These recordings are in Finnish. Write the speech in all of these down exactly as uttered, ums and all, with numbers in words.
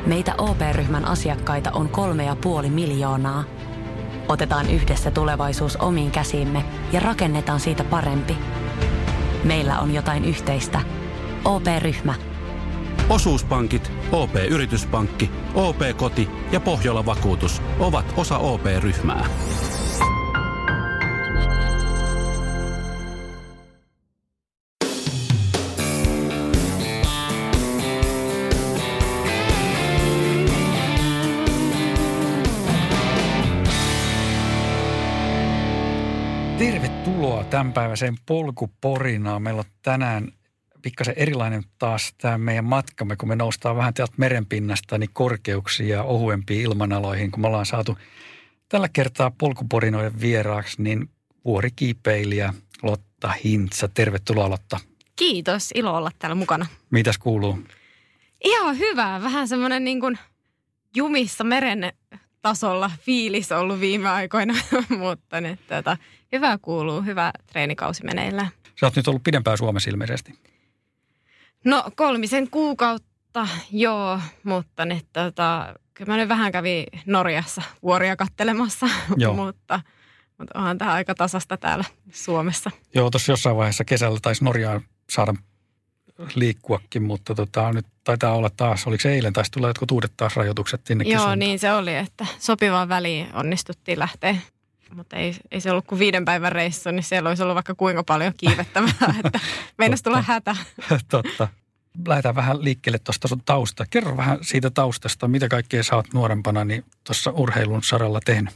Meitä O P-ryhmän asiakkaita on kolme ja puoli miljoonaa. Otetaan yhdessä tulevaisuus omiin käsiimme ja rakennetaan siitä parempi. Meillä on jotain yhteistä. O P-ryhmä. Osuuspankit, O P-yrityspankki, O P-koti ja Pohjola Vakuutus ovat osa O P-ryhmää. Tervetuloa tämänpäiväiseen polkuporinaan. Meillä on tänään pikkasen erilainen taas tämä meidän matkamme, kun me noustaan vähän täältä merenpinnasta niin korkeuksiin ja ohuempiin ilmanaloihin, kun me ollaan saatu tällä kertaa polkuporinoiden vieraaksi, niin vuorikiipeilijä Lotta Hintsa. Tervetuloa, Lotta. Kiitos, ilo olla täällä mukana. Mitäs kuuluu? Ihan hyvä, vähän semmoinen niin kuin jumissa meren tasolla fiilis ollut viime aikoina, mutta nyt, tota, hyvä kuuluu, hyvä treenikausi meneillään. Sä oot nyt ollut pidempään Suomessa ilmeisesti. No kolmisen kuukautta, joo, mutta nyt, tota, kyllä mä nyt vähän kävin Norjassa vuoria kattelemassa, mutta, mutta onhan tämä aika tasasta täällä Suomessa. Joo, tuossa jossain vaiheessa kesällä taisi Norjaan saada liikkuakin, mutta tota, nyt taitaa olla taas, oliko se eilen, taisi tulla jotkut uudet taas rajoitukset sinnekin Joo, suuntaan. niin se oli, että sopivaan väliin onnistuttiin lähteä. Mutta ei, ei se ollut kuin viiden päivän reissu, niin siellä olisi ollut vaikka kuinka paljon kiivettävää, että meinasi tulla hätä. Totta. Lähdetään vähän liikkeelle tuosta sun tausta. Kerro vähän siitä taustasta, mitä kaikkea sä oot nuorempana niin tuossa urheilun saralla tehnyt.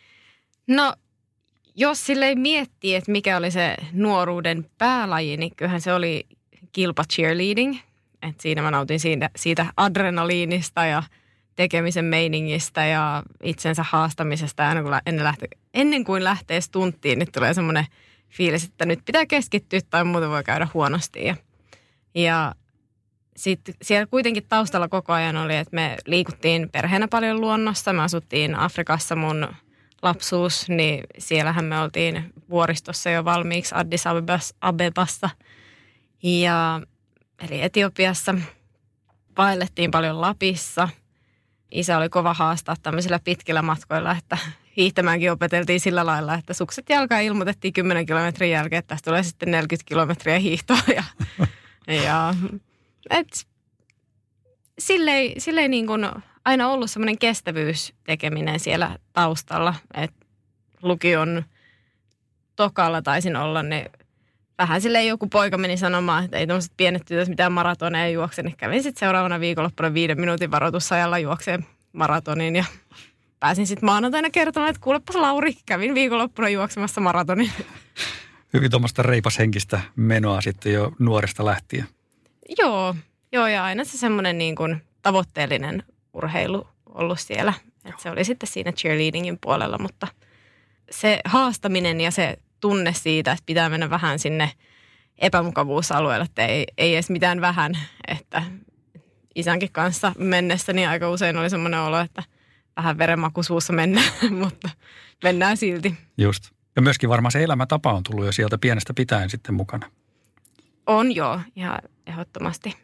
No, jos silleen miettii, että mikä oli se nuoruuden päälaji, niin kyllähän se oli kilpa cheerleading. Et siinä mä nautin siitä, siitä adrenaliinista ja tekemisen meiningistä ja itsensä haastamisesta. Aina kun ennen, lähtee, ennen kuin lähtee stunttiin, niin tulee semmoinen fiilis, että nyt pitää keskittyä tai muuten voi käydä huonosti. Ja, ja sitten siellä kuitenkin taustalla koko ajan oli, että me liikuttiin perheenä paljon luonnossa. Me asuttiin Afrikassa mun lapsuus, niin siellähän me oltiin vuoristossa jo valmiiksi Addis Abebassa. Ja, eli Etiopiassa. Vaellettiin paljon Lapissa. Isä oli kova haastaa tämmöisillä pitkillä matkoilla, että hiihtämäänkin opeteltiin sillä lailla, että sukset jalkaan ilmoitettiin kymmenen kilometrin jälkeen, että tästä tulee sitten neljäkymmentä kilometriä hiihtoa. Ja, ja et, silleen, silleen niin kuin aina ollut semmoinen kestävyystekeminen siellä taustalla, että lukion tokalla taisin olla, niin vähän silleen joku poika meni sanomaan, että ei tämmöiset pienet tytöt mitään maratoneja juokse, niin kävin sitten seuraavana viikonloppuna viiden minuutin varoitusajalla juokseen maratonin ja pääsin sitten maanantaina kertomaan, että kuulepas Lauri, kävin viikonloppuna juoksemassa maratonin. Hyvin tuommoista reipashenkistä menoa sitten jo nuoresta lähtien. Joo, joo ja aina se semmoinen niin kuin tavoitteellinen urheilu ollut siellä. Että se oli sitten siinä cheerleadingin puolella, mutta se haastaminen ja se tunne siitä, että pitää mennä vähän sinne epämukavuusalueelle, että ei, ei edes mitään vähän, että isänkin kanssa mennessä niin aika usein oli semmoinen olo, että vähän verenmaku suussa mennään, mutta mennään silti. Just. Ja myöskin varmaan se elämäntapa on tullut jo sieltä pienestä pitäen sitten mukana. On joo, ihan ehdottomasti.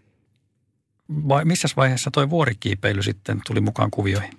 Vai missä vaiheessa toi vuorikiipeily sitten tuli mukaan kuvioihin?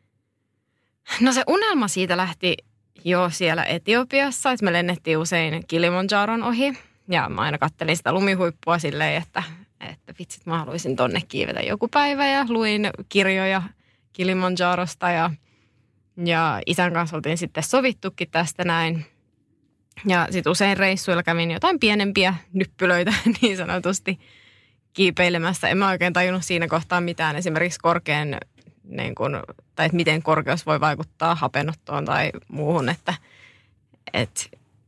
No se unelma siitä lähti jo siellä Etiopiassa, että me lennettiin usein Kilimanjaron ohi. Ja mä aina kattelin sitä lumihuippua silleen, että, että vitsit mä haluaisin tonne kiivetä joku päivä. Ja luin kirjoja Kilimanjarosta ja, ja isän kanssa oltiin sitten sovittukin tästä näin. Ja sitten usein reissuilla kävin jotain pienempiä nyppylöitä niin sanotusti kiipeilemässä. En mä oikein tajunnut siinä kohtaa mitään esimerkiksi korkean, niin kun, tai että miten korkeus voi vaikuttaa hapenottoon tai muuhun, että et,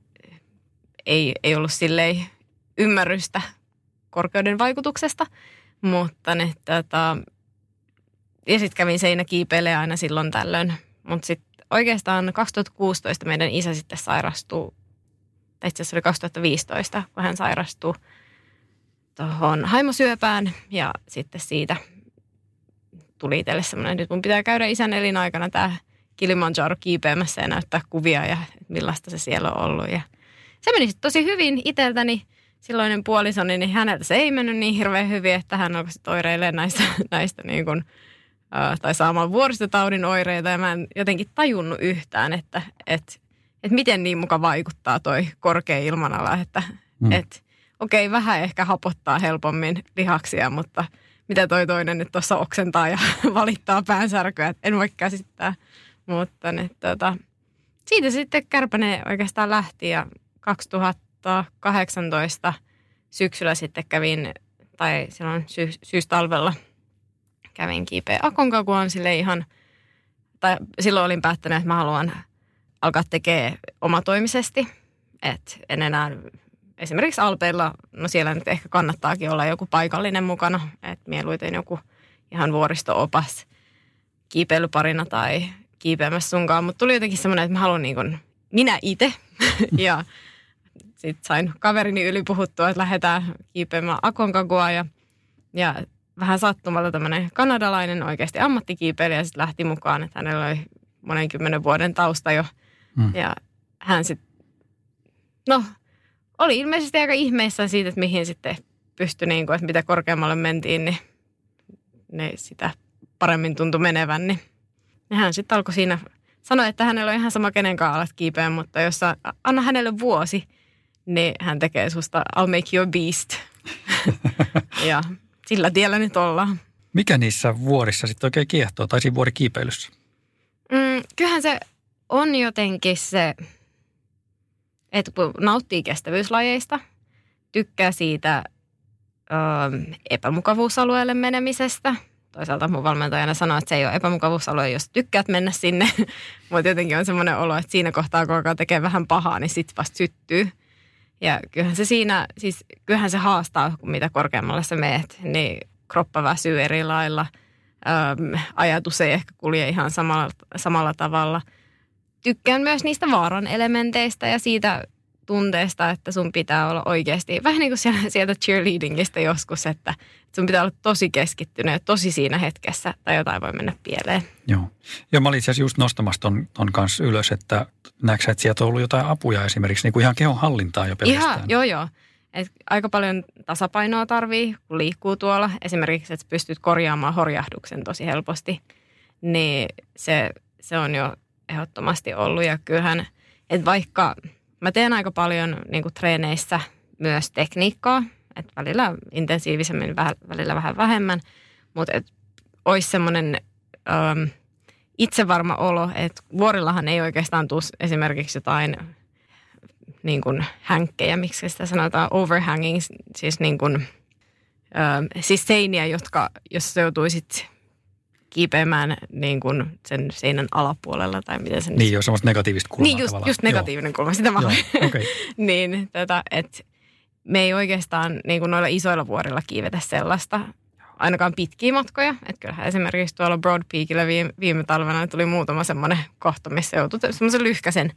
ei, ei ollut silleen ymmärrystä korkeuden vaikutuksesta, mutta ne, tota, ja sitten kävin seinäkiipeilemään aina silloin tällöin, mutta sitten oikeastaan kaksituhattakuusitoista meidän isä sitten sairastui, tai itse asiassa oli kaksituhattaviisitoista, kun hän sairastui tuohon haimosyöpään ja sitten siitä tuli itselle semmoinen, että nyt mun pitää käydä isän elinaikana tämä Kilimanjaro kiipeämässä ja näyttää kuvia ja millaista se siellä on ollut. Ja se meni sitten tosi hyvin itseltäni. Silloinen puolisoni, niin häneltä se ei mennyt niin hirveän hyvin, että hän alkoi oireilemaan näistä, näistä niin kuin, tai saamaan vuoristotaudin oireita ja mä en jotenkin tajunnut yhtään, että, että, että miten niin muka vaikuttaa toi korkea ilmanala, että, mm. että okei, vähän ehkä hapottaa helpommin lihaksia, mutta mitä toi toinen nyt tuossa oksentaa ja valittaa päänsärkyä, että en voi käsittää. Mutta ne, tota, siitä sitten Kärpänen oikeastaan lähti ja kaksituhattakahdeksantoista syksyllä sitten kävin, tai silloin sy- syystalvella kävin kiipeä Akonkaguaan sille ihan, tai silloin olin päättänyt, että mä haluan alkaa tekemään omatoimisesti, että en enää esimerkiksi Alpeilla, no siellä nyt ehkä kannattaakin olla joku paikallinen mukana, että mieluiten joku ihan vuoristo-opas kiipeilyparina tai kiipeämässä sunkaan, mutta tuli jotenkin semmoinen, että mä haluan niin kuin minä itse ja sitten sain kaverini yli puhuttua, että lähdetään kiipeämään Akonkaguaa ja, ja vähän sattumalta tämmöinen kanadalainen oikeasti ammattikiipeilijä sitten lähti mukaan, että hänellä oli monen kymmenen vuoden tausta jo hmm. ja hän sitten, no oli ilmeisesti aika ihmeissään siitä, että mihin sitten pystyi, niin kuin, että mitä korkeammalle mentiin, niin ne sitä paremmin tuntui menevän. Niin hän sitten alkoi siinä sanoa, että hänellä on ihan sama kenenkaan alat kiipeä, mutta jos anna hänelle vuosi, niin hän tekee susta I'll make you a beast. Ja sillä tiellä nyt ollaan. Mikä niissä vuorissa sitten oikein kiehtoo, tai siinä vuorikiipeilyssä? Mm, kyllähän se on jotenkin se, että kun nauttii kestävyyslajeista, tykkää siitä ö, epämukavuusalueelle menemisestä. Toisaalta mun valmentajana sanoo, että se ei ole epämukavuusalue, jos tykkäät mennä sinne. Mutta jotenkin on semmoinen olo, että siinä kohtaa, kun alkaa tekee vähän pahaa, niin sit vasta syttyy. Ja kyllähän se siinä, siis kyllähän se haastaa, kun mitä korkeammalle sä meet, niin kroppa väsyy eri lailla. Ö, ajatus ei ehkä kulje ihan samalla, samalla tavalla. Tykkään myös niistä vaaran elementeistä ja siitä tunteesta, että sun pitää olla oikeasti, vähän niin kuin siellä, sieltä cheerleadingistä joskus, että sun pitää olla tosi keskittynyt ja tosi siinä hetkessä, tai jotain voi mennä pieleen. Joo. Joo, mä olin itse asiassa just nostamassa ton, ton kanssa ylös, että näetkö että sieltä on ollut jotain apuja esimerkiksi, niin kuin ihan kehon hallintaa jo pelkästään? Ihan, joo joo. Et aika paljon tasapainoa tarvii, kun liikkuu tuolla. Esimerkiksi, että pystyt korjaamaan horjahduksen tosi helposti, niin se, se on jo ehdottomasti ollut. Ja kyllähän, että vaikka mä teen aika paljon niin kuin treeneissä myös tekniikkaa, että välillä intensiivisemmin, välillä vähän vähemmän, mutta että olisi semmoinen ähm, itsevarma olo, että vuorillahan ei oikeastaan tule esimerkiksi jotain niin kuin hänkkejä, miksi sitä sanotaan, overhanging, siis niin kuin, ähm, siis seiniä, jotka, jos sä joutuisit kiipeämään niin kuin sen seinän alapuolella tai miten se... Niin, joo, semmoista negatiivista kulmaa Niin, just, just negatiivinen joo. kulma, sitä mä haluan. Okay. Niin, tota, että me ei oikeastaan niin kuin noilla isoilla vuorilla kiivetä sellaista, ainakaan pitkiä matkoja. Että kyllähän esimerkiksi tuolla Broad Peakillä viime, viime talvena tuli muutama semmoinen kohta, missä joutui semmoisen lyhkäisen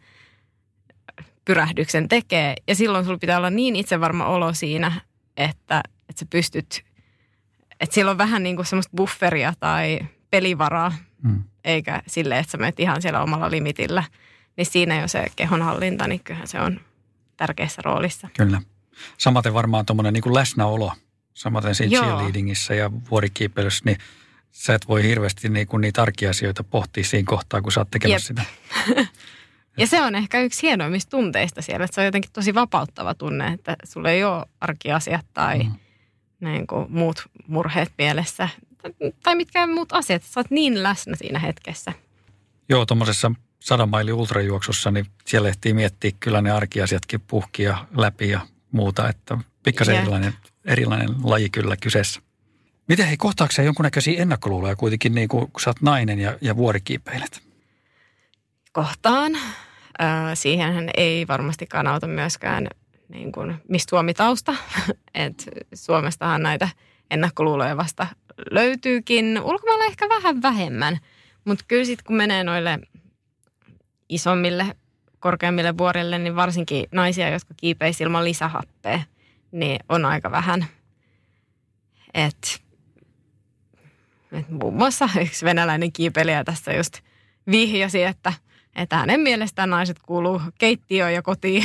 pyrähdyksen tekee. Ja silloin sulla pitää olla niin itsevarma olo siinä, että, että sä pystyt, että siellä on vähän niin kuin semmoista bufferia tai pelivaraa, mm. eikä silleen, että sä menet ihan siellä omalla limitillä. Niin siinä jo se kehonhallinta, niin kyllähän se on tärkeässä roolissa. Kyllä. Samaten varmaan tuommoinen niin kuin läsnäolo, samaten siinä Joo. cheerleadingissä ja vuorikiipeilyssä, niin sä et voi hirveästi niin kuin niitä arkiasioita pohtia siinä kohtaa, kun sä oot tekemässä Jep. sitä. Ja se on ehkä yksi hienoimmista tunteista siellä, että se on jotenkin tosi vapauttava tunne, että sulla ei ole arkiasiat tai mm. niin kuin muut murheet mielessä tai mitkään muut asiat. Sä oot niin läsnä siinä hetkessä. Joo, tuommoisessa sadan mailin ultrajuoksussa, niin siellä ehtii miettiä kyllä ne arkiasiatkin puhkia läpi ja muuta, että pikkasen erilainen, erilainen laji kyllä kyseessä. Miten hei, kohtaako sä jonkunnäköisiä ennakkoluuloja kuitenkin, niin kuin, kun sä oot nainen ja, ja vuorikiipeilet? Kohtaan. Äh, siihenhän ei varmastikaan auta myöskään niin kuin, mistä Suomi-tausta. Et Suomestahan näitä ennakkoluuloja vasta löytyykin. Ulkomailla ehkä vähän vähemmän, mutta kyllä sitten kun menee noille isommille, korkeammille vuorille, niin varsinkin naisia, jotka kiipeisivät ilman lisähappea, niin on aika vähän. Et, et muun muassa yksi venäläinen kiipeilijä tässä just vihjasi, että, että hänen mielestään naiset kuuluu keittiöön ja kotiin.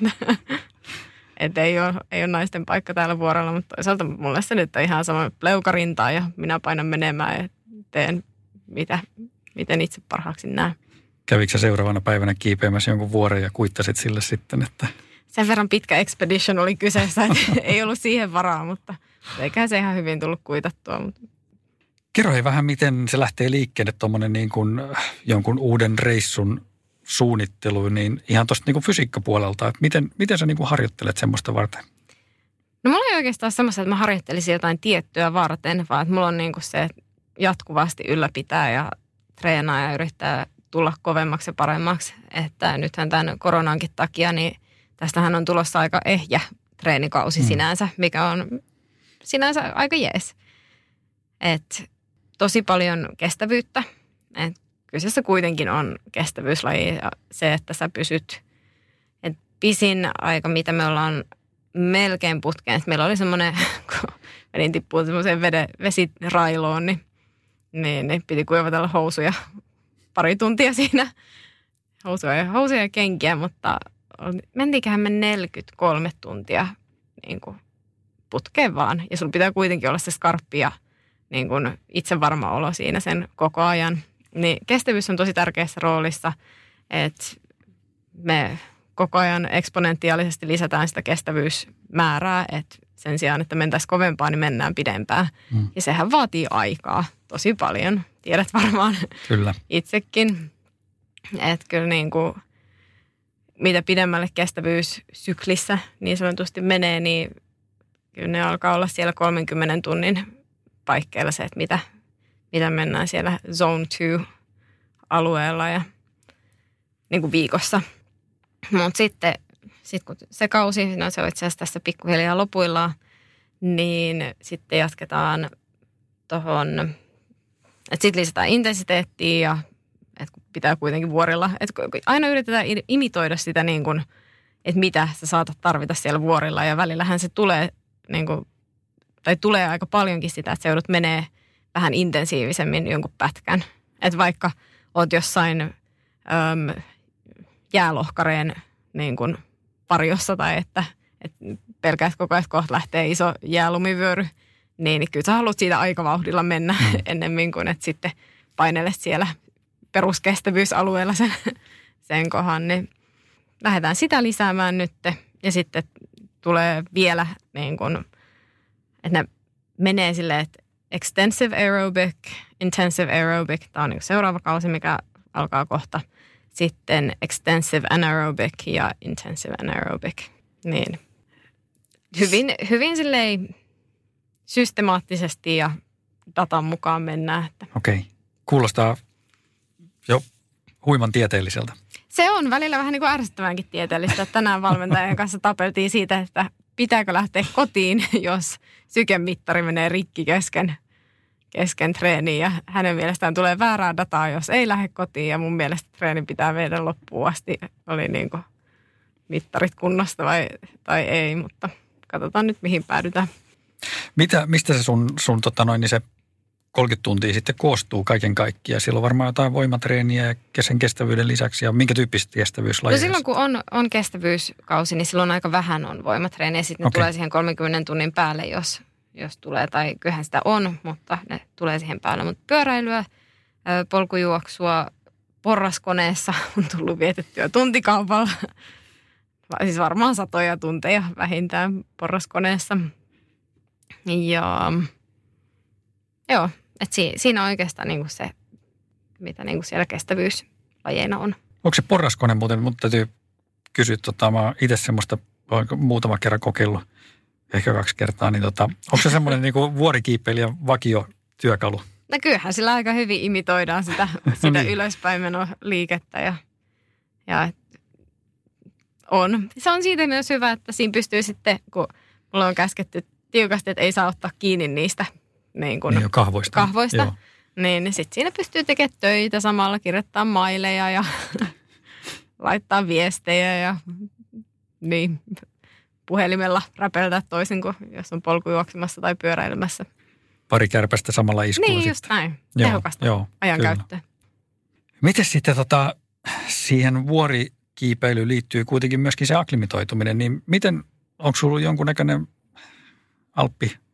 Että ei ole, ei ole naisten paikka täällä vuorolla, mutta toisaalta mulle se nyt on ihan sama pleukarintaa ja minä painan menemään ja teen mitä, miten itse parhaaksi näen. Kävikö sä seuraavana päivänä kiipeämässä jonkun vuoren ja kuittasit sille sitten, että... Sen verran pitkä expedition oli kyseessä, että ei ollut siihen varaa, mutta eiköhän se ihan hyvin tullut kuitattua. Mutta... Kerro hei vähän, miten se lähtee liikkeelle tuommoinen niin kuin jonkun uuden reissun suunnittelu, niin ihan tuosta niin kuin fysiikkapuolelta, että miten, miten sä niin kuin harjoittelet semmoista varten? No mulla ei oikeastaan semmoista, että mä harjoittelisin jotain tiettyä varten, vaan että mulla on niin kuin se jatkuvasti ylläpitää ja treenaa ja yrittää tulla kovemmaksi ja paremmaksi. Että nythän tämän koronankin takia, niin tästähän on tulossa aika ehjä treenikausi hmm. sinänsä, mikä on sinänsä aika jees. Että tosi paljon kestävyyttä. Et kyseessä kuitenkin on kestävyyslaji ja se, että sä pysyt. Et pisin aika, mitä me ollaan melkein putkeen. Et meillä oli semmoinen, kun menin tippuun semmoiseen vesirailoon, niin, niin, niin piti kuivatella housuja pari tuntia siinä. Housuja, housuja ja kenkiä, mutta mentiinköhän me neljäkymmentäkolme tuntia niin kuin putkeen vaan. Ja sulla pitää kuitenkin olla se skarppi ja niin kuin itse varma olo siinä sen koko ajan. Niin kestävyys on tosi tärkeässä roolissa, että me koko ajan eksponentiaalisesti lisätään sitä kestävyysmäärää, että sen sijaan, että mentäisiin kovempaa, niin mennään pidempään. Mm. Ja sehän vaatii aikaa tosi paljon. Tiedät varmaan kyllä. itsekin, että kyllä niin kuin mitä pidemmälle kestävyyssyklissä niin sanotusti menee, niin kyllä ne alkaa olla siellä kolmenkymmenen tunnin paikkeilla se, että mitä, mitä mennään siellä zone two alueella ja niin kuin viikossa. Mutta sitten sit kun se kausi, no se on itse asiassa tässä pikkuhiljaa lopuillaan, niin sitten jatketaan tuohon, että sitten lisätään intensiteettiä ja että pitää kuitenkin vuorilla, että aina yritetään imitoida sitä niin kuin, että mitä sä saatat tarvita siellä vuorilla ja välillähän se tulee niin kuin, tai tulee aika paljonkin sitä, että sä joudut menee vähän intensiivisemmin jonkun pätkän. Että vaikka oot jossain äm, jäälohkareen niin kuin varjossa tai että, että pelkäät koko ajan, että kohta lähtee iso jäälumivyöry, niin, niin kyllä sä haluat siitä aikavauhdilla mennä mm. ennemmin kuin että sitten painelet siellä peruskestävyysalueella sen, sen kohan, niin lähdetään sitä lisäämään nyt ja sitten tulee vielä niin kuin, että ne menee silleen, että extensive aerobic, intensive aerobic, tämä on niin seuraava kausi, mikä alkaa kohta. Sitten extensive anaerobic ja intensive anaerobic. Niin hyvin, hyvin silleen systemaattisesti ja datan mukaan mennään. Okei, okay. Kuulostaa jo huiman tieteelliseltä. Se on välillä vähän niin kuin ärsyttävänkin tieteellistä. Tänään valmentajan kanssa tapeltiin siitä, että pitääkö lähteä kotiin, jos sykemittari menee rikki kesken, kesken treeniin. Ja hänen mielestään tulee väärää dataa, jos ei lähde kotiin. Ja mun mielestä treeni pitää viedä loppuun asti. Oli niin kuin mittarit kunnosta vai, tai ei, mutta katsotaan nyt mihin päädytään. Mitä, mistä se sun, sun tota noin, niin se kolmekymmentä tuntia sitten koostuu kaiken kaikkiaan? Siellä on varmaan jotain voimatreeniä ja sen kestävyyden lisäksi. Ja minkä tyyppistä kestävyyslajeja? No silloin kun on, on kestävyyskausi, niin silloin aika vähän on voimatreeniä. Sitten ne okay. tulee siihen kolmenkymmenen tunnin päälle, jos, jos tulee. Tai kyllähän sitä on, mutta ne tulee siihen päälle. Mutta pyöräilyä, polkujuoksua, porraskoneessa on tullut vietettyä tuntikaupalla. Siis varmaan satoja tunteja vähintään porraskoneessa. Ja joo, että si, siinä on oikeastaan niinku se, mitä niinku siellä kestävyyslajeina on. Onko se porraskone muuten, mutta täytyy kysyä, tota, mä oon itse semmoista muutama kerran kokeillut, ehkä kaksi kertaa, niin tota, onko se semmoinen niinku vuorikiipeilijän vakiotyökalu? No kyllähän sillä aika hyvin imitoidaan sitä, sitä niin. ylöspäin menoa liikettä ja, ja on. Se on siitä myös hyvä, että siinä pystyy sitten, kun mulla on käsketty tiukasti, että ei saa ottaa kiinni niistä niin kuin niin kahvoista, kahvoista niin sitten siinä pystyy tekemään töitä samalla, kirjoittaa maileja ja laittaa viestejä ja niin, puhelimella räpeltää toisin kuin jos on polkujuoksemassa tai pyöräilemässä. Pari kärpästä samalla iskulla. Niin, sitten. just näin. Joo, tehokasta joo, ajankäyttöä. Miten sitten tota, siihen vuorikiipeilyyn liittyy kuitenkin myöskin se akklimitoituminen, niin miten, onko sulla jonkunnäköinen alppi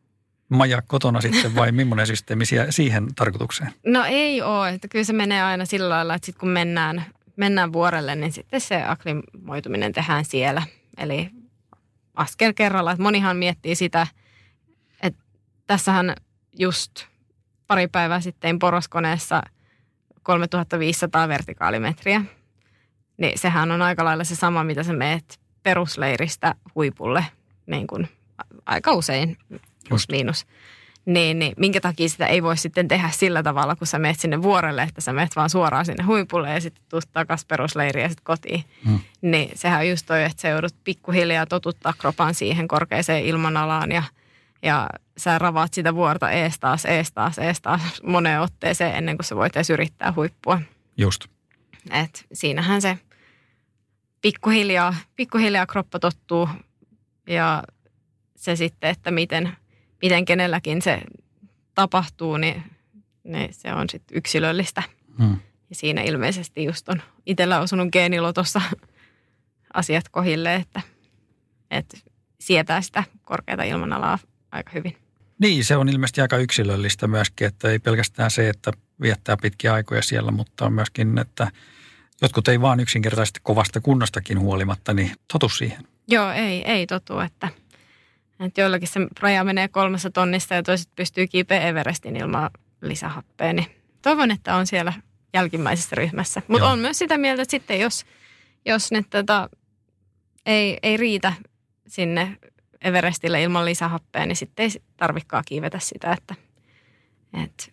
maja kotona sitten vai millainen systeemi siihen tarkoitukseen? No ei ole, että kyllä se menee aina sillä lailla, että sitten kun mennään, mennään vuorelle, niin sitten se akklimoituminen tehdään siellä. Eli askel kerralla, että monihan miettii sitä, että tässähän just pari päivää sitten poroskoneessa kolmetuhattaviisisataa vertikaalimetriä. Niin sehän on aika lailla se sama, mitä sä meet perusleiristä huipulle, niin kuin aika usein, plus miinus. Niin, niin minkä takia sitä ei voi sitten tehdä sillä tavalla, kun sä meet sinne vuorelle, että sä meet vaan suoraan sinne huipulle ja sitten tuut takaisin perusleiriin ja sitten kotiin. Hmm. Niin sehän on just toi, että sä joudut pikkuhiljaa totuttaa kropan siihen korkeaseen ilmanalaan ja, ja sä ravaat sitä vuorta ees taas, ees taas, ees taas moneen otteeseen ennen kuin sä voit edes yrittää huippua. Just. Et siinähän se pikkuhiljaa, pikkuhiljaa kroppa tottuu ja se sitten, että miten, miten kenelläkin se tapahtuu, niin, niin se on sitten yksilöllistä. Hmm. Ja siinä ilmeisesti just on itsellä osunut geenilotossa asiat kohille, että, että sietää sitä korkeata ilmanalaa aika hyvin. Niin, se on ilmeisesti aika yksilöllistä myöskin, että ei pelkästään se, että viettää pitkiä aikoja siellä, mutta on myöskin, että jotkut ei vaan yksinkertaisesti kovasta kunnostakin huolimatta, niin totu siihen. Joo, ei, ei totu, että, että joillakin se raja menee kolmessa tonnista ja toiset pystyy kiipeä Everestin ilman lisähappea, niin toivon, että on siellä jälkimmäisessä ryhmässä. Mutta on myös sitä mieltä, että sitten jos, jos ne tota, ei, ei riitä sinne Everestille ilman lisähappea, niin sitten ei tarvitsekaan kiivetä sitä, että, että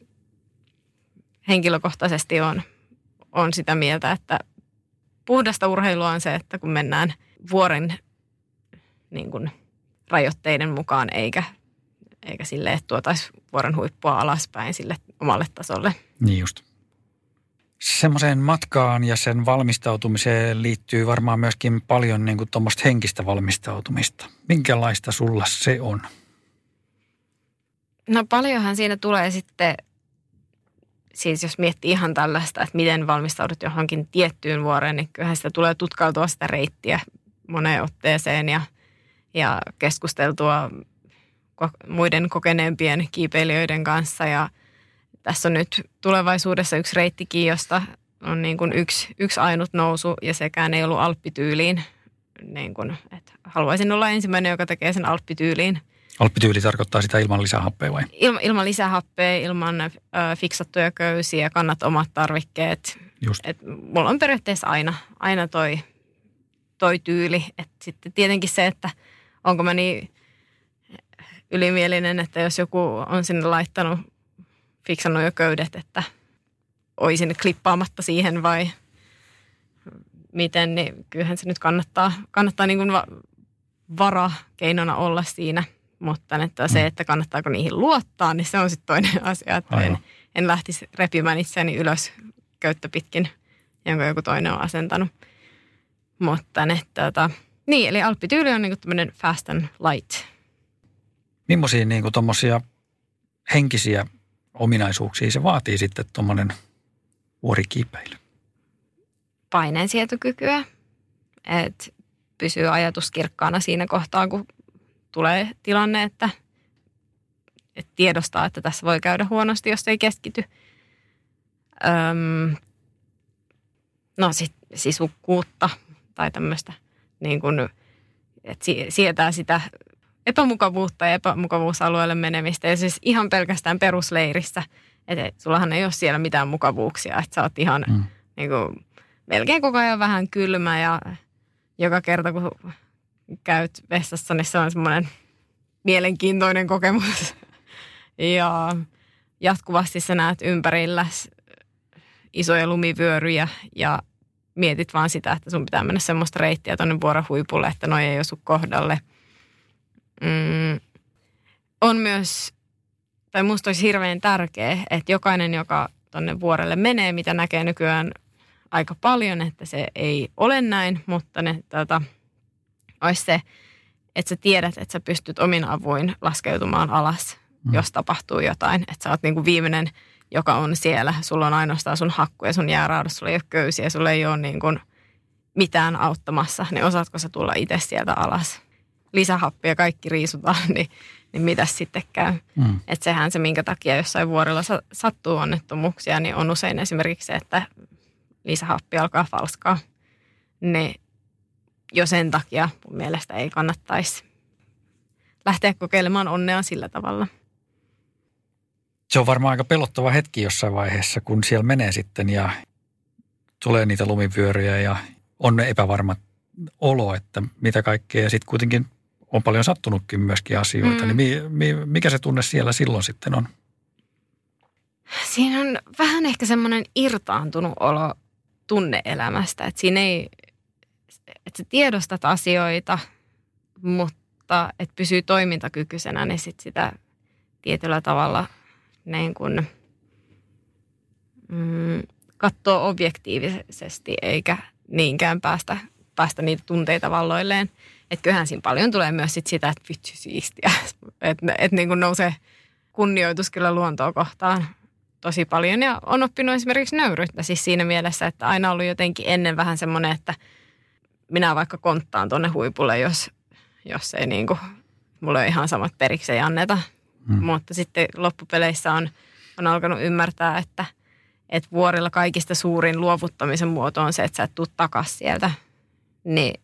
henkilökohtaisesti on, on sitä mieltä, että puhdasta urheilua on se, että kun mennään vuoren niin kuin rajoitteiden mukaan, eikä, eikä silleen, että tuotaisiin vuoren huippua alaspäin sille omalle tasolle. Niin just. Semmoiseen matkaan ja sen valmistautumiseen liittyy varmaan myöskin paljon niin kuin tuommoista henkistä valmistautumista. Minkälaista sulla se on? No paljonhan siinä tulee sitten, siis jos miettii ihan tällaista, että miten valmistaudut johonkin tiettyyn vuoreen, niin kyllähän sitä tulee tutkailtua sitä reittiä moneen otteeseen ja, ja keskusteltua muiden kokeneempien kiipeilijöiden kanssa. Ja tässä on nyt tulevaisuudessa yksi reittikin, josta on niin kuin yksi, yksi ainut nousu ja sekään ei ollut alppityyliin. Niin kuin, että haluaisin olla ensimmäinen, joka tekee sen alppityyliin. Alppityyli tarkoittaa sitä ilman lisähappea vai? Ilma, ilman lisähappea, ilman ö, fiksattuja köysiä, kannat omat tarvikkeet. Just. Et mulla on periaatteessa aina, aina toi, toi tyyli. Et sitten tietenkin se, että onko mä niin ylimielinen, että jos joku on sinne laittanut, fiksannut jo köydet, että oisin klippaamatta siihen vai miten, niin kyllähän se nyt kannattaa, kannattaa niin kuin va- varakeinona olla siinä. Mutta että se, että kannattaako niihin luottaa, niin se on sitten toinen asia. Että en, en lähtisi repimään itseäni ylös köyttä pitkin, jonka joku toinen on asentanut. Mutta että, tota, niin, eli alppityyli on niinku tämmöinen fast and light. Millaisia niinku tommosia henkisiä ominaisuuksia se vaatii sitten tuommoinen vuorikiipeily? Paineensietokykyä, että pysyy ajatus kirkkaana siinä kohtaa, kun tulee tilanne, että, että tiedostaa, että tässä voi käydä huonosti, jos ei keskity. Öm, no sitten sisukkuutta tai tämmöistä, niin kuin, että sietää sitä epämukavuutta ja epämukavuusalueelle menemistä. Ja siis ihan pelkästään perusleirissä, että sullahan ei ole siellä mitään mukavuuksia, että sä oot ihan mm. niin kuin, melkein koko ajan vähän kylmä ja joka kerta kun käyt vessassa, niin se on semmoinen mielenkiintoinen kokemus. Ja jatkuvasti sä näet ympärillä isoja lumivyöryjä ja mietit vaan sitä, että sun pitää mennä semmoista reittiä tuonne vuoren huipulle, että noi ei osu kohdalle. Mm. On myös, tai musta olisi hirveän tärkeä, että jokainen, joka tuonne vuorelle menee, mitä näkee nykyään aika paljon, että se ei ole näin, mutta ne tota, olisi se, että sä tiedät, että sä pystyt omin avuin laskeutumaan alas, mm. jos tapahtuu jotain. Että sä oot niin kuin viimeinen, joka on siellä. Sulla on ainoastaan sun hakku ja sun jääraudas, sulla ei ole köysiä, sulla ei ole niin kuin mitään auttamassa. Niin osaatko sä tulla itse sieltä alas? Lisähappia kaikki riisutaan, niin, niin mitäs sitten käy. Mm. Että sehän se, minkä takia jossain vuorilla sa- sattuu onnettomuuksia, niin on usein esimerkiksi se, että lisähappi alkaa falskaa. Niin jo sen takia mun mielestä ei kannattaisi lähteä kokeilemaan onnea sillä tavalla. Se on varmaan aika pelottava hetki jossain vaiheessa, kun siellä menee sitten ja tulee niitä lumivyöryjä ja on ne epävarma olo, että mitä kaikkea. Ja sitten kuitenkin on paljon sattunutkin myöskin asioita. Mm. Niin mi, mi, mikä se tunne siellä silloin sitten on? Siinä on vähän ehkä semmoinen irtaantunut olo tunne-elämästä. Että siinä ei, että sä tiedostat asioita, mutta että pysyy toimintakykyisenä, niin sit sitä tietyllä tavalla niin kuin mm, katsoo objektiivisesti eikä niinkään päästä, päästä niitä tunteita valloilleen. Että kyllähän siinä paljon tulee myös sit sitä, että vitsi siistiä. Että et niin kuin nousee kunnioitus kyllä luontoa kohtaan tosi paljon. Ja on oppinut esimerkiksi nöyryyttä siis siinä mielessä, että aina ollut jotenkin ennen vähän semmoinen, että minä vaikka konttaan tuonne huipulle, jos, jos ei niin kuin, mulla ole ihan samat periksi ei anneta. Hmm. Mutta sitten loppupeleissä on, on alkanut ymmärtää, että, että vuorilla kaikista suurin luovuttamisen muoto on se, että sä et tuu takas sieltä. Niin,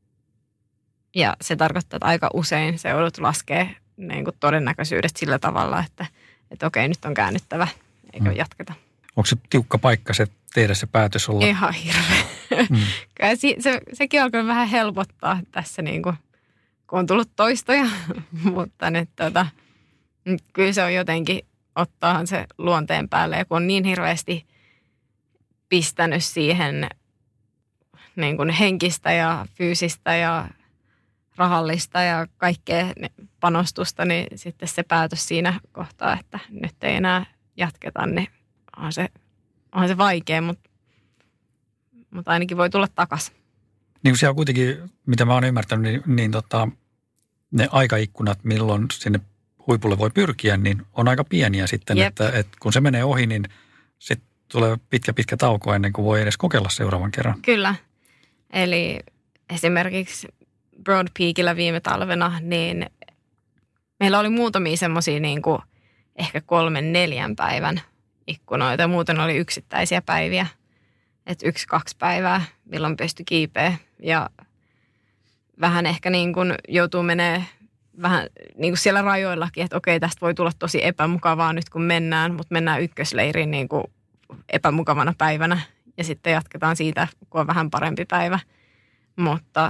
ja se tarkoittaa, että aika usein se joudut laskee niin kuin todennäköisyydestä sillä tavalla, että, että okei, nyt on käännyttävä, eikä hmm. jatketa. Onko se tiukka paikka se tehdä se päätös olla? Ihan hirveä. Hmm. se, se, sekin alkoi vähän helpottaa tässä, niin kuin, kun on tullut toistoja, mutta nyt tota, kyllä se on jotenkin, ottaahan se luonteen päälle, ja kun on niin hirveästi pistänyt siihen niin kuin henkistä ja fyysistä ja rahallista ja kaikkea panostusta, niin sitten se päätös siinä kohtaa, että nyt ei enää jatketa, niin on se, on se vaikea, mutta, mutta ainakin voi tulla takaisin. Niin kuin siellä kuitenkin, mitä mä oon ymmärtänyt, niin, niin tota, ne aikaikkunat, milloin sinne huipulle voi pyrkiä, niin on aika pieniä sitten, että, että kun se menee ohi, niin sitten tulee pitkä pitkä tauko ennen kuin voi edes kokeilla seuraavan kerran. Kyllä. Eli esimerkiksi Broad Peakillä viime talvena, niin meillä oli muutamia semmoisia niin kuin ehkä kolmen, neljän päivän ikkunoita. Ja muuten oli yksittäisiä päiviä. Että yksi, kaksi päivää, milloin pystyi kiipeä. Ja vähän ehkä niin kuin joutuu menee vähän niin kuin siellä rajoillakin, että okei, tästä voi tulla tosi epämukavaa nyt kun mennään, mutta mennään ykkösleiriin niin kuin epämukavana päivänä ja sitten jatketaan siitä, kun on vähän parempi päivä. Mutta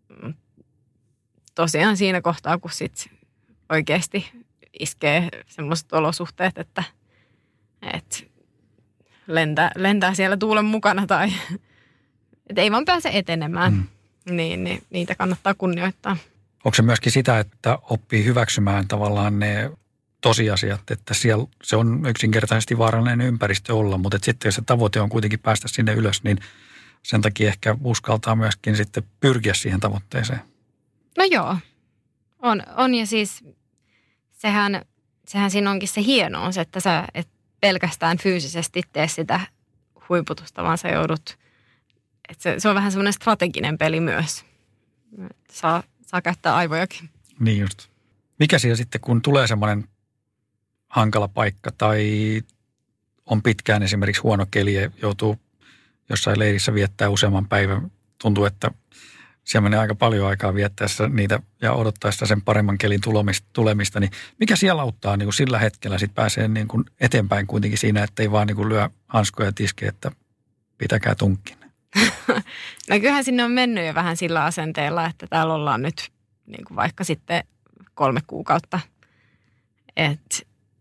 tosiaan siinä kohtaa, kun sitten oikeasti iskee semmoiset olosuhteet, että, että lentää, lentää siellä tuulen mukana tai että ei vaan pääse etenemään, mm. niin, niin niitä kannattaa kunnioittaa. Onko se myöskin sitä, että oppii hyväksymään tavallaan ne tosiasiat, että siellä se on yksinkertaisesti vaarallinen ympäristö olla, mutta että sitten jos se tavoite on kuitenkin päästä sinne ylös, niin sen takia ehkä uskaltaa myöskin sitten pyrkiä siihen tavoitteeseen. No joo, on, on ja siis sehän, sehän siinä onkin se hieno on se, että sä et pelkästään fyysisesti tee sitä huiputusta, vaan sä joudut, että se, se on vähän semmoinen strateginen peli myös. Saa, saa käyttää aivojakin. Niin just. Mikä siellä sitten, kun tulee semmoinen hankala paikka tai on pitkään esimerkiksi huono keli ja joutuu jossain leirissä viettää useamman päivän, tuntuu, että siellä menee aika paljon aikaa viettäessä niitä ja odottaessa sen paremman kelin tulemista, niin mikä siellä auttaa niin kuin sillä hetkellä sitten pääsee niin kuin eteenpäin kuitenkin siinä, että ei vaan niin kuin lyö hanskoja tiskiä, että pitäkää tunkkin. No kyllähän sinne on mennyt jo vähän sillä asenteella, että täällä ollaan nyt niin kuin vaikka sitten kolme kuukautta. Että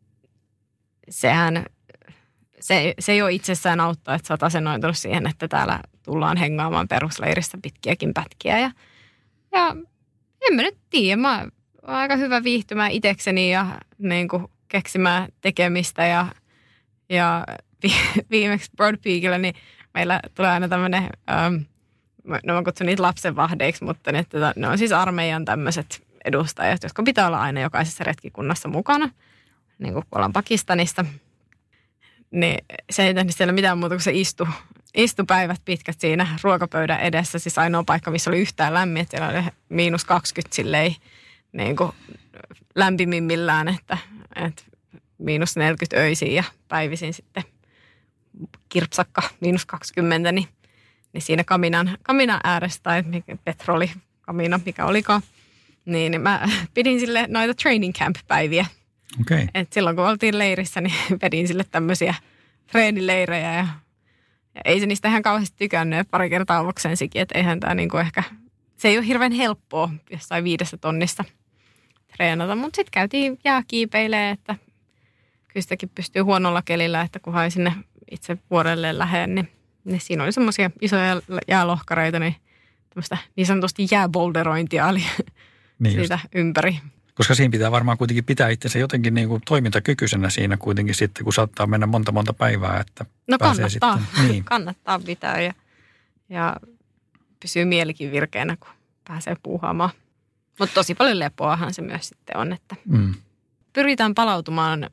sehän, se, se jo itsessään auttaa, että sä oot asennoitunut siihen, että täällä tullaan hengaamaan perusleirissä pitkiäkin pätkiä. Ja, ja en mä nyt tiedä, mä oon aika hyvä viihtymään itsekseni ja niin kuin keksimään tekemistä. Ja, ja viimeksi Broad Peakillä, niin meillä tulee aina tämmöinen, ähm, no mä kutsun niitä lapsenvahdeiksi, mutta ne, ne on siis armeijan tämmöiset edustajat, jotka pitää olla aina jokaisessa retkikunnassa mukana, niin kuin kun ollaan Pakistanista. Niin se ei tehnyt siellä mitään muuta kuin se istu, istu päivät pitkät siinä ruokapöydän edessä. Siis ainoa paikka, missä oli yhtään lämmin, että siellä oli miinus kaksikymmentä silleen niin kuin lämpimimmillään, että, että miinus neljäkymmentä öisiin ja päivisin sitten kirpsakka miinus kaksikymmentä, niin, niin siinä kaminan, kaminan ääressä tai petrolikamina, mikä olikaan, niin, niin mä pidin sille noita training camp-päiviä. Okay. Et silloin kun oltiin leirissä, niin pedin sille tämmöisiä treenileirejä ja, ja ei se niistä ihan kauheasti tykännyt. Pari kertaa avoksensikin, että eihän tämä niinku ehkä, se ei ole hirveän helppoa jossain viidessä tonnissa treenata. Mutta sitten käytiin jääkiipeilemään, että kyllä sitäkin pystyy huonolla kelillä, että kunhan ei sinne itse vuorelle lähde, niin, niin siinä oli semmoisia isoja jäälohkareita, niin tämmöistä niin sanotusti jääbolderointia oli niin siitä just ympäri. Koska siinä pitää varmaan kuitenkin pitää itsensä jotenkin niin kuin toimintakykyisenä siinä kuitenkin sitten, kun saattaa mennä monta monta päivää, että no pääsee kannattaa, sitten. Niin. kannattaa pitää ja, ja pysyy mielikin virkeänä, kun pääsee puuhaamaan. Mutta tosi paljon lepoahan se myös sitten on, että mm. pyritään palautumaan,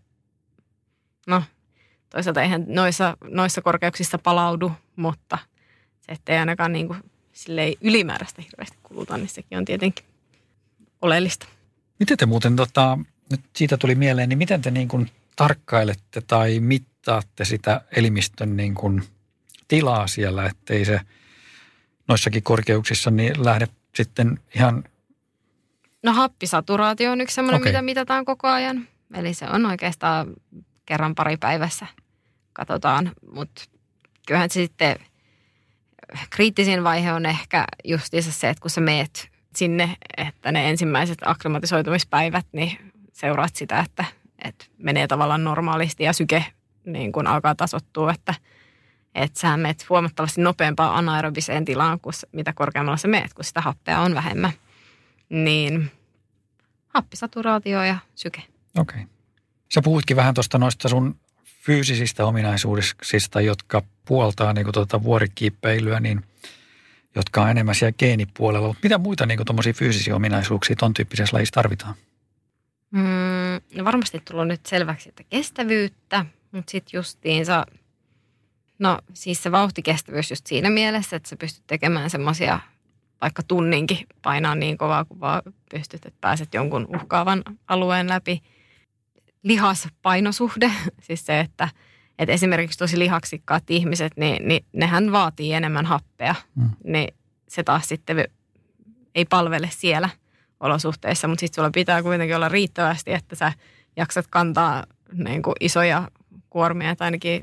no toisaalta eihän noissa, noissa korkeuksissa palaudu, mutta se, ettei ainakaan niin kuin silleen ylimääräistä hirveästi kuluta, niin sekin on tietenkin oleellista. Miten te muuten, tota, nyt siitä tuli mieleen, niin miten te niin kuin tarkkailette tai mittaatte sitä elimistön niin kuin tilaa siellä, ettei se noissakin korkeuksissa niin lähde sitten ihan... No happisaturaatio on yksi semmoinen, okay. mitä mitataan koko ajan. Eli se on oikeastaan kerran pari päivässä katsotaan, mutta kyllähän se sitten kriittisin vaihe on ehkä justiinsa se, että kun sä meet sinne, että ne ensimmäiset akklimatisoitumispäivät, niin seuraat sitä, että, että menee tavallaan normaalisti ja syke niin kun alkaa tasoittua, että, että sä menet huomattavasti nopeampaan anaerobiseen tilaan, kuin mitä korkeammalla sä meet, kun sitä happea on vähemmän. Niin happisaturaatio ja syke. Okei. Okay. Sä puhuitkin vähän tuosta noista sun fyysisistä ominaisuuksista, jotka puoltaa niin kuin tuota vuorikiipeilyä, niin jotka on enemmän siellä geenipuolella. Mutta mitä muita niin tuommoisia fyysisiä ominaisuuksia ton tyyppisessä lajissa tarvitaan? Mm, no varmasti tullut nyt selväksi, että kestävyyttä, mutta sitten justiinsa, no siis se vauhtikestävyys just siinä mielessä, että sä pystyt tekemään semmoisia, vaikka tunninkin painaa niin kovaa kuin vaan pystyt, että pääset jonkun uhkaavan alueen läpi. Lihaspainosuhde, siis se, että Että esimerkiksi tosi lihaksikkaat ihmiset, niin, niin nehän vaatii enemmän happea. Mm. Niin se taas sitten ei palvele siellä olosuhteissa, mutta sitten sulla pitää kuitenkin olla riittävästi, että sä jaksat kantaa niin kuin isoja kuormia. Tai ainakin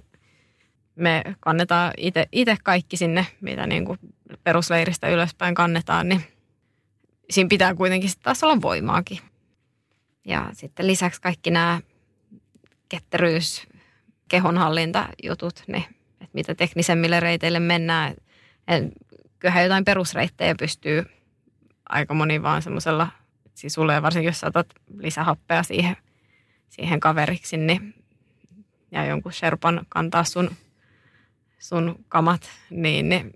me kannetaan itse kaikki sinne, mitä niin kuin perusleiristä ylöspäin kannetaan, niin siinä pitää kuitenkin sitten taas olla voimaakin. Ja sitten lisäksi kaikki nämä ketteryys, kehonhallintajutut, niin, että mitä teknisemmille reiteille mennään. Et kyllähän jotain perusreittejä pystyy aika moni vaan semmoisella sisulla, ja varsinkin jos otat lisähappea siihen, siihen kaveriksi, niin, ja jonkun sherpan kantaa sun, sun kamat, niin, niin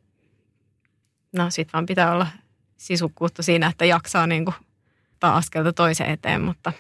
no sit vaan pitää olla sisukkuutta siinä, että jaksaa niin kuin ottaa askelta toiseen eteen, mutta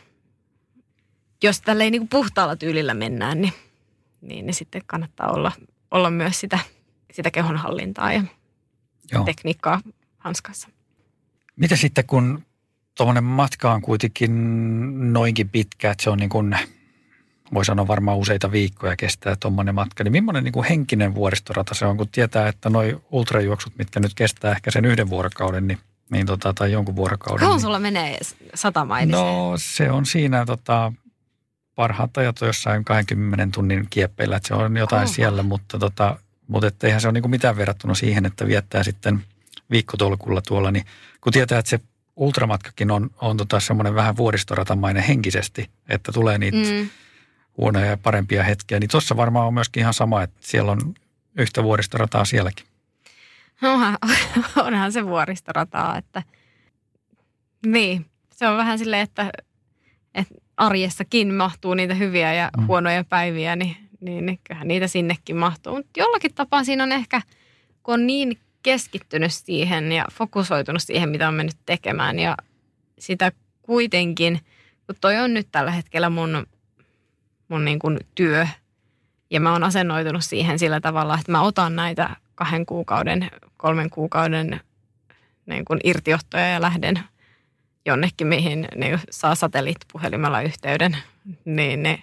jos tälleen niin kuin puhtaalla tyylillä mennään, niin niin ne sitten kannattaa olla, olla myös sitä, sitä kehonhallintaa ja Joo. tekniikkaa hanskassa. Mitä sitten, kun tuommoinen matka on kuitenkin noinkin pitkä, että se on niin kuin, voi sanoa varmaan useita viikkoja kestää tuommoinen matka, niin millainen niin kuin henkinen vuoristorata se on, kun tietää, että noi ultrajuoksut, mitkä nyt kestää ehkä sen yhden vuorokauden, niin, niin tota, tai jonkun vuorokauden. Kauan niin, sulla menee satamailiseen? No se on siinä tota... Parhaat ajat on jossain kaksikymmentä tunnin kieppeillä, että se on jotain Oho. siellä, mutta, tota, mutta etteihän se ole niin kuin mitään verrattuna siihen, että viettää sitten viikkotolkulla tuolla. Niin kun tietää, että se ultramatkakin on, on tota semmoinen vähän vuoristoratamainen henkisesti, että tulee niitä mm. huonoja ja parempia hetkiä, niin tuossa varmaan on myöskin ihan sama, että siellä on yhtä vuoristorataa sielläkin. Onhan, onhan se vuoristorataa, että niin, se on vähän silleen, että, että arjessakin mahtuu niitä hyviä ja mm. huonoja päiviä, niin, niin, niin kyllähän niitä sinnekin mahtuu. Mutta jollakin tapaa siinä on ehkä, kun on niin keskittynyt siihen ja fokusoitunut siihen, mitä on mennyt tekemään. Ja sitä kuitenkin, kun toi on nyt tällä hetkellä mun, mun niin kuin työ. Ja mä oon asennoitunut siihen sillä tavalla, että mä otan näitä kahden kuukauden, kolmen kuukauden niin kuin irtiottoja ja lähden jonnekin, mihin ne saa satelliittipuhelimella yhteyden, niin ne,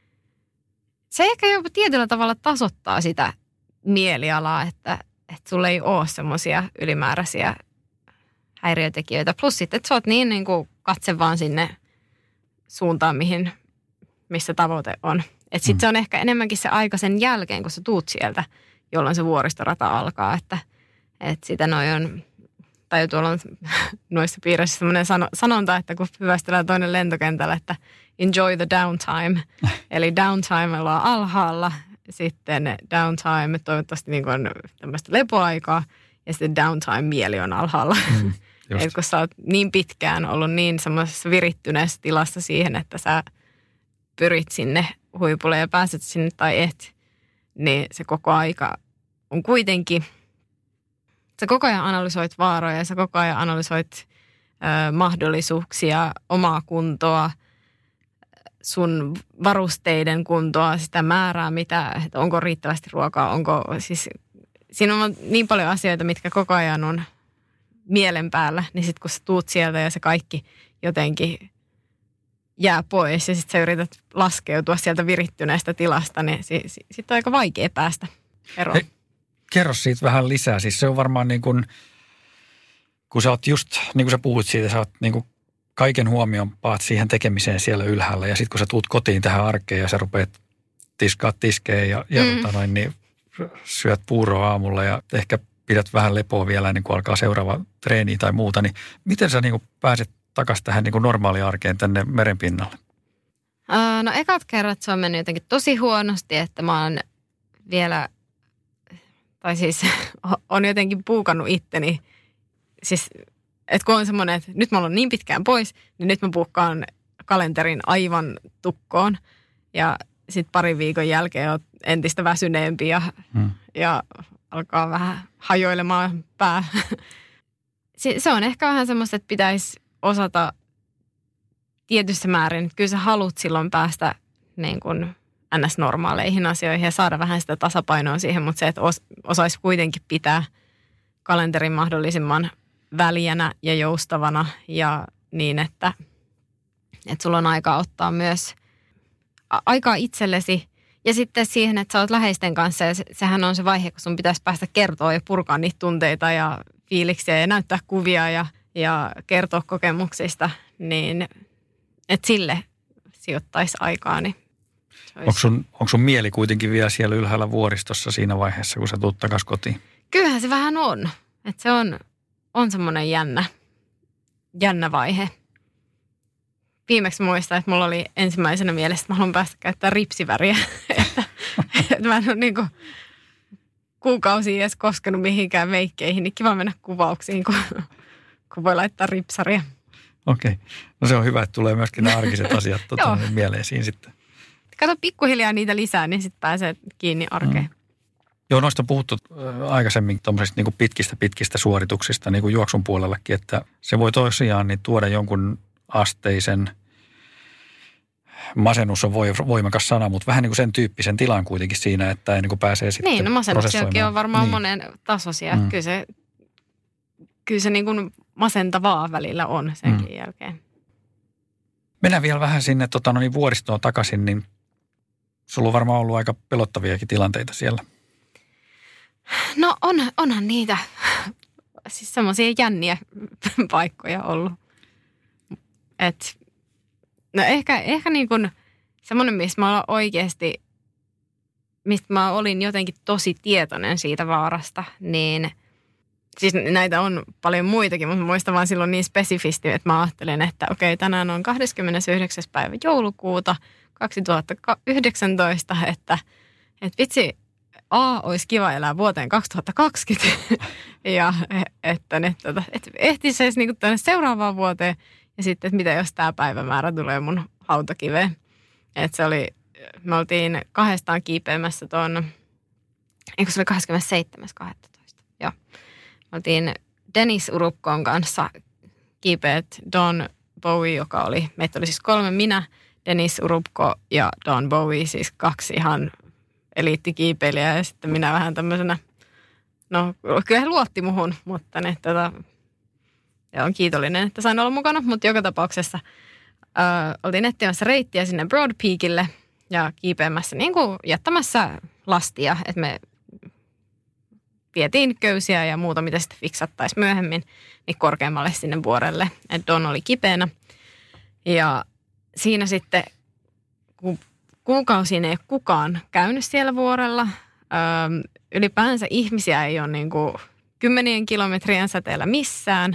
se ehkä jopa tietyllä tavalla tasoittaa sitä mielialaa, että, että sulla ei ole semmoisia ylimääräisiä häiriötekijöitä. Plus sitten, että sä oot niin, niin kuin katse vaan sinne suuntaan, mihin, missä tavoite on. Että sitten mm. se on ehkä enemmänkin se aika sen jälkeen, kun sä tuut sieltä, jolloin se vuoristorata alkaa. Että, että sitä noi on, tai tuolla on noissa piirissä sellainen sano, sanonta, että kun hyvästellään toinen lentokentällä, että enjoy the downtime. Eli downtime ollaan alhaalla, sitten downtime toivottavasti niin kuin tämmöistä lepoaikaa, ja sitten downtime mieli on alhaalla. Mm, että kun sä oot niin pitkään ollut niin semmoisessa virittyneessä tilassa siihen, että sä pyrit sinne huipulle ja pääset sinne tai et, niin se koko aika on kuitenkin, sä koko ajan analysoit vaaroja ja sä koko ajan analysoit ö, mahdollisuuksia, omaa kuntoa, sun varusteiden kuntoa, sitä määrää, mitä, että onko riittävästi ruokaa, onko siis, siinä on niin paljon asioita, mitkä koko ajan on mielen päällä, niin sitten kun sä tuut sieltä ja se kaikki jotenkin jää pois ja sitten sä yrität laskeutua sieltä virittyneestä tilasta, niin sitten si- sit on aika vaikea päästä eroon. Hei, kerro siitä vähän lisää. Siis se on varmaan niin kuin, kun sä oot just, niin kuin sä puhut siitä, sä oot niin kuin kaiken huomion paat siihen tekemiseen siellä ylhäällä ja sitten kun sä tuut kotiin tähän arkeen ja sä rupeat tiskaa tiskeen ja, ja mm. tota noin, niin syöt puuroa aamulla ja ehkä pidät vähän lepoa vielä ennen kuin alkaa seuraava treeni tai muuta, niin miten sä niin kuin pääset takaisin tähän niin kuin normaaliin arkeen tänne merenpinnalle? Uh, no ekat kerrat se on mennyt jotenkin tosi huonosti, että mä oon vielä, tai siis on jotenkin puukannut itteni, siis että kun on semmoinen, että nyt mä oon niin pitkään pois, niin nyt mä puukkaan kalenterin aivan tukkoon ja sitten parin viikon jälkeen oot entistä väsyneempi ja, hmm. ja alkaa vähän hajoilemaan pää. Se on ehkä vähän semmoista, että pitäisi osata tietyssä määrin, että kyllä sä haluat silloin päästä niin kuin ns-normaaleihin asioihin ja saada vähän sitä tasapainoa siihen, mutta se, että os, osaisi kuitenkin pitää kalenterin mahdollisimman väljänä ja joustavana ja niin, että, että sulla on aikaa ottaa myös aikaa itsellesi ja sitten siihen, että sä oot läheisten kanssa ja se, sehän on se vaihe, kun sun pitäisi päästä kertoa ja purkaa niitä tunteita ja fiiliksiä ja näyttää kuvia ja, ja kertoa kokemuksista, niin että sille sijoittaisi aikaa. Niin onko, sun, onko sun mieli kuitenkin vielä siellä ylhäällä vuoristossa siinä vaiheessa, kun sä tuut takaisin kotiin? Kyllähän se vähän on. Että se on, on semmoinen jännä, jännä vaihe. Viimeksi muistan, että mulla oli ensimmäisenä mielessä, että mä haluan päästä käyttämään ripsiväriä. että, että mä en ole niin kuin kuukausia edes koskenut mihinkään meikkeihin, niin kiva mennä kuvauksiin, kun, kun voi laittaa ripsaria. Okei. No se on hyvä, että tulee myöskin nämä arkiset asiat tuota, mieleen siinä sitten. Kato pikkuhiljaa niitä lisää, niin sitten pääsee kiinni arkeen. Mm. Joo, noista on puhuttu aikaisemmin tuommoisista niin kuin pitkistä pitkistä suorituksista niin kuin juoksun puolellakin, että se voi tosiaan niin tuoda jonkun asteisen, masennus on voimakas sana, mutta vähän niin kuin sen tyyppisen tilan kuitenkin siinä, että ei niin kuin pääsee sitten niin, no masennuksiakin on varmaan niin monen tasoisia. Mm. Kyllä se, kyllä se niin kuin masentavaa välillä on senkin mm. jälkeen. Mennään vielä vähän sinne tota, no niin vuoristoon takaisin, niin sulla on varmaan ollut aika pelottaviakin tilanteita siellä. No on, onhan niitä siis semmoisia jänniä paikkoja ollut. Et, no ehkä, ehkä niin kuin semmoinen, missä mä oikeasti, mistä mä olin jotenkin tosi tietoinen siitä vaarasta, niin siis näitä on paljon muitakin, mutta muistan vaan silloin niin spesifisti, että mä ajattelin, että okei, tänään on kahdeskymmenesyhdeksäs päivä joulukuuta kaksituhattayhdeksäntoista, että, että vitsi, A, olisi kiva elää vuoteen kaksituhattakaksikymmentä ja että, että, että ehtisi edes niin tänne seuraavaan vuoteen ja sitten, että mitä jos tämä päivämäärä tulee mun hautakiveen. Että se oli, me oltiin kahdestaan kiipeämässä tuon, eikö se oli kahdeskymmenesseitsemäs kahdestoista Joo. Me oltiin Dennis Urupkon kanssa kiipeät Don Bowie, joka oli, meitä oli siis kolme, minä, Dennis Urupko ja Don Bowie, siis kaksi ihan eliittikiipeilijää ja sitten minä vähän tämmöisenä, no kyllä he luotti muhun, mutta ne, tota, ja olen kiitollinen, että sain olla mukana, mutta joka tapauksessa äh, oltiin etsimässä reittiä sinne Broad Peakille ja kiipeämässä niin kuin jättämässä lastia, että me vietiin köysiä ja muuta, mitä sitten fiksattaisiin myöhemmin, niin korkeammalle sinne vuorelle. Et Don oli kipeänä. Ja siinä sitten, kun kuukausiin ei ole kukaan käynyt siellä vuorella, öö, ylipäänsä ihmisiä ei ole niin kuin kymmenien kilometrien säteellä missään.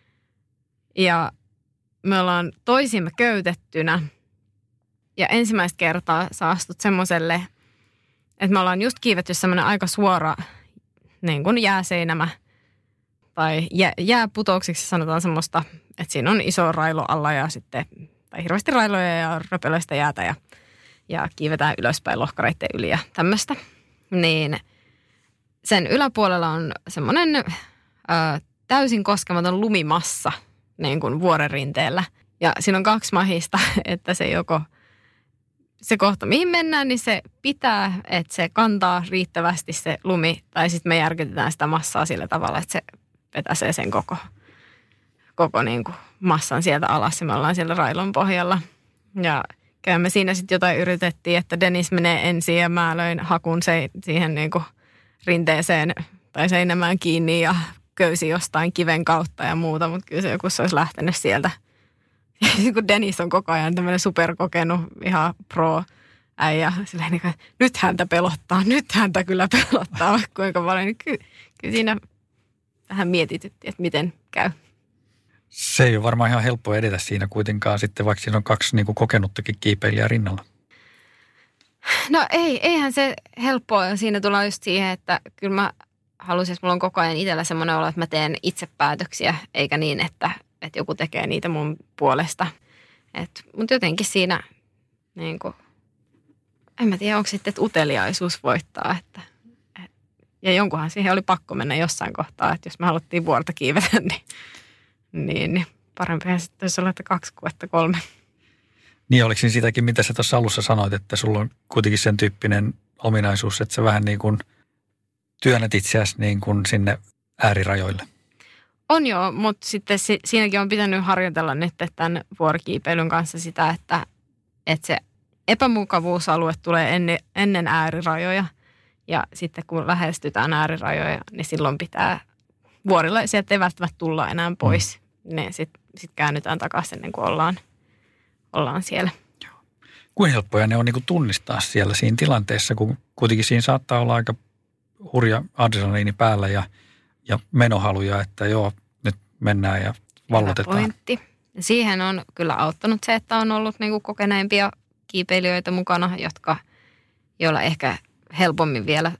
Ja me ollaan toisimme köytettynä. Ja ensimmäistä kertaa sä astut semmoiselle, että me ollaan just kiivetty semmoinen aika suora niin kuin jääseinämä tai jää, jääputouksiksi sanotaan semmoista, että siinä on iso railo alla ja sitten, tai hirveästi railoja ja röpelöistä jäätä ja, ja kiivetään ylöspäin lohkareiden yli ja tämmöistä. Niin sen yläpuolella on semmoinen ö, täysin koskematon lumimassa niin kuin vuoren rinteellä. Ja siinä on kaksi mahista, että se joko se kohta, mihin mennään, niin se pitää, että se kantaa riittävästi se lumi, tai sitten me järkytetään sitä massaa sillä tavalla, että se vetäsee sen koko, koko niin kuin massan sieltä alas, ja me ollaan siellä railon pohjalla. Ja käymme siinä sitten jotain yritettiin, että Dennis menee ensin, ja mä löin hakun se, siihen niin kuin rinteeseen tai seinämään kiinni, ja köysi jostain kiven kautta ja muuta, mutta kyllä se joku se olisi lähtenyt sieltä. Kun Dennis on koko ajan tämmöinen superkokenut, ihan pro-äijä, silleen niin kuin, nyt häntä pelottaa, nyt häntä kyllä pelottaa, kuinka paljon. Niin kyllä, kyllä siinä vähän mietityttiin, että miten käy. Se ei ole varmaan ihan helppo edetä siinä kuitenkaan sitten, vaikka siinä on kaksi niin kuin kokenuttakin kiipeilijää rinnalla. No ei, eihän se helppoa. Siinä tullaan just siihen, että kyllä mä haluaisin, että mulla on koko ajan itsellä semmoinen olo, että mä teen itse päätöksiä, eikä niin, että että joku tekee niitä mun puolesta. Mutta jotenkin siinä, niin kuin, en mä tiedä, onko sitten, että uteliaisuus voittaa. Että, et, ja jonkunhan siihen oli pakko mennä jossain kohtaa, että jos me haluttiin vuorta kiivetä, niin, niin, niin parempihan sitten olisi olla, että kaksi kuin että kolme. Niin, oliko siinä sitäkin, mitä sä tuossa alussa sanoit, että sulla on kuitenkin sen tyyppinen ominaisuus, että sä vähän niin kuin työnnät itseäsi niin kuin sinne äärirajoille? On joo, mutta sitten si- siinäkin on pitänyt harjoitella nyt tämän vuorikiipeilyn kanssa sitä, että, että se epämukavuusalue tulee ennen, ennen äärirajoja. Ja sitten kun lähestytään äärirajoja, niin silloin pitää vuorilla, sieltä ei välttämättä tulla enää pois. Mm. Niin sitten sit käännytään takaisin ennen kuin ollaan, ollaan siellä. Joo. Kuinka helppoja ne on niin kuin tunnistaa siellä siinä tilanteessa, kun kuitenkin siinä saattaa olla aika hurja adrenaliini päällä ja Ja menohaluja, että joo, nyt mennään ja vallotetaan. Hyvä pointti. Siihen on kyllä auttanut se, että on ollut niinku kokeneempia kiipeilijöitä mukana, jotka, joilla ehkä helpommin vielä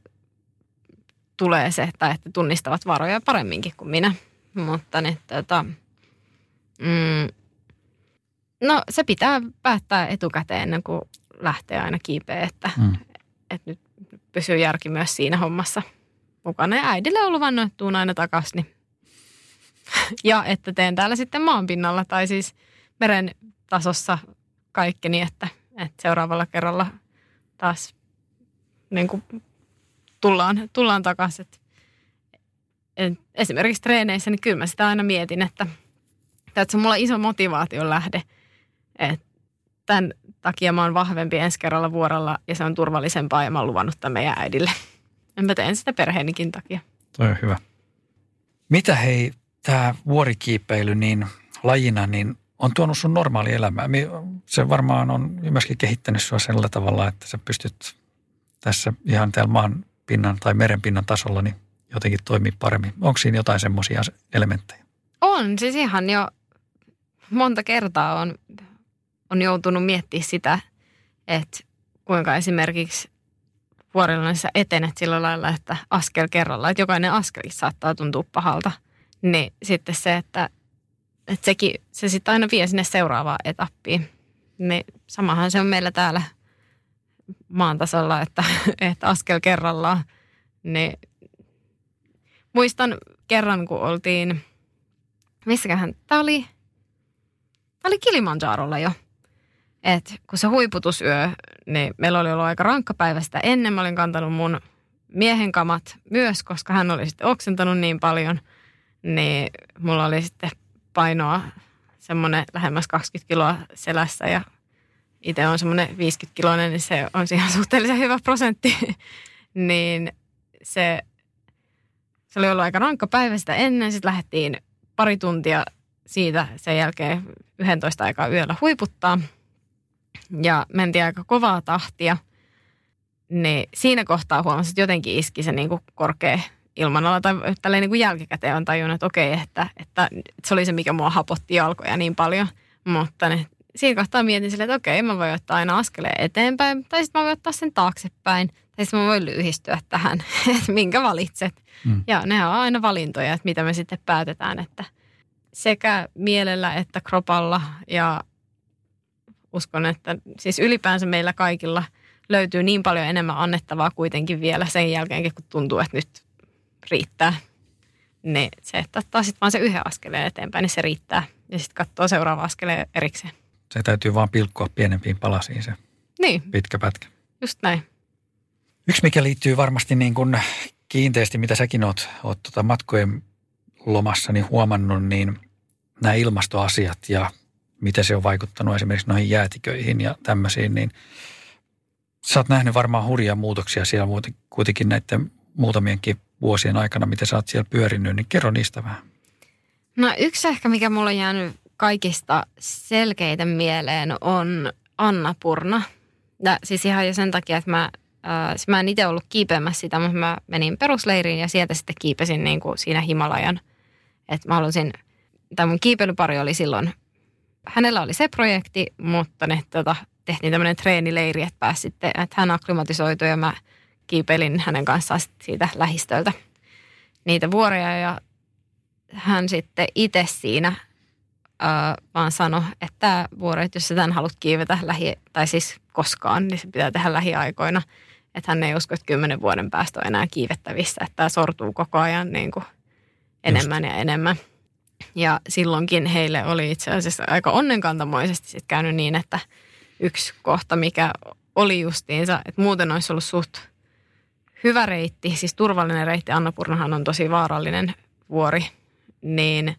tulee se, tai että tunnistavat varoja paremminkin kuin minä. Mutta ne, tota, mm, no se pitää päättää etukäteen ennen kuin lähtee aina kiipeä, että, mm. että nyt pysyy järki myös siinä hommassa mukana. Ja äidille on luvannut, että tuun aina takaisin. Niin. Ja että teen täällä sitten maanpinnalla tai siis meren tasossa kaikkeni, että, että seuraavalla kerralla taas niin kuin tullaan, tullaan takaisin. Et esimerkiksi treeneissä, niin kyllä mä sitä aina mietin, että, että se on mulla iso motivaation lähde. Että tämän takia mä oon vahvempi ensi kerralla vuorolla ja se on turvallisempaa ja mä oon luvannut tämän meidän äidille. Mä teen sitä perheenikin takia. Toi on hyvä. Mitä hei, tämä vuorikiipeily niin lajina niin on tuonut sun normaali elämää? Se varmaan on myöskin kehittänyt sua sillä tavalla, että sä pystyt tässä ihan täällä maan pinnan tai merenpinnan tasolla niin jotenkin toimii paremmin. Onko siinä jotain semmoisia elementtejä? On, siis ihan jo monta kertaa on, on joutunut miettimään sitä, että kuinka esimerkiksi vuorilla sä etenet sillä lailla, että askel kerrallaan, että jokainen askel saattaa tuntua pahalta. Niin sitten se, että, että sekin, se sitten aina vie sinne seuraavaan etappiin. Niin samahan se on meillä täällä maan tasolla, että, että askel kerrallaan. Niin muistan kerran, kun oltiin, missäköhän, tämä oli, tämä oli Kilimanjarolla jo. Että kun se huiputusyö, niin meillä oli ollut aika rankka päivä sitä ennen. Mä olin kantanut mun miehen kamat myös, koska hän oli sitten oksentanut niin paljon. Niin mulla oli sitten painoa semmoinen lähemmäs kaksikymmentä kiloa selässä ja itse on semmoinen viisikymmentä kiloinen, niin se on ihan suhteellisen hyvä prosentti. Niin se, se oli ollut aika rankka päivä sitä ennen. Sitten lähdettiin pari tuntia siitä sen jälkeen yksitoista aikaa yöllä huiputtaa. Ja mentiin aika kovaa tahtia. Niin siinä kohtaa huomasin, että jotenkin iski se niin kuin korkea ilmanala. Tai tälleen niin kuin jälkikäteen on tajunnut, että okei, että, että se oli se, mikä mua hapotti jalkoja niin paljon. Mutta ne, siinä kohtaa mietin silleen, että okei, mä voin ottaa aina askeleen eteenpäin. Tai sitten mä voin ottaa sen taaksepäin. Tai sitten mä voin yhdistyä tähän, että minkä valitset. Mm. Ja nehän on aina valintoja, että mitä me sitten päätetään, että sekä mielellä että kropalla. Ja uskon, että siis ylipäänsä meillä kaikilla löytyy niin paljon enemmän annettavaa kuitenkin vielä sen jälkeen, kun tuntuu, että nyt riittää. Niin se, että ottaa sitten vaan se yhden askeleen eteenpäin, niin se riittää. Ja sitten katsoo seuraava askeleen erikseen. Se täytyy vaan pilkkoa pienempiin palasiin se niin. Pitkä pätkä. Just näin. Yksi, mikä liittyy varmasti niin kuin kiinteästi, mitä säkin oot, oot tota matkojen lomassa niin huomannut, niin nämä ilmastoasiat ja miten se on vaikuttanut esimerkiksi noihin jäätiköihin ja tämmöisiin, niin sä oot nähnyt varmaan hurjia muutoksia siellä kuitenkin näiden muutamienkin vuosien aikana, miten sä oot siellä pyörinyt, niin kerro niistä vähän. No yksi ehkä, mikä mulla on jäänyt kaikista selkeitä mieleen, on Annapurna. Ja siis ihan jo sen takia, että mä, äh, mä en itse ollut kiipeämässä sitä, mutta mä menin perusleiriin ja sieltä sitten kiipesin niin kuin siinä Himalajan. Että mä halusin, tai mun kiipeilypari oli silloin, hänellä oli se projekti, mutta ne tota, tehtiin tämmöinen treenileiri, että pääsi sitten, että hän akklimatisoitui ja mä kiipeilin hänen kanssaan siitä lähistöltä niitä vuoreja ja hän sitten itse siinä äh, vaan sanoi, että tämä vuoro, että jos sä tämän haluat kiivetä lähi, tai siis koskaan, niin se pitää tehdä lähiaikoina. Että hän ei usko, että kymmenen vuoden päästä on enää kiivettävissä, että tämä sortuu koko ajan niin kuin enemmän Just. ja enemmän. Ja silloinkin heille oli itse asiassa aika onnenkantamoisesti sit käynyt niin, että yksi kohta, mikä oli justiinsa, että muuten olisi ollut suht hyvä reitti, siis turvallinen reitti, Annapurnahan on tosi vaarallinen vuori, niin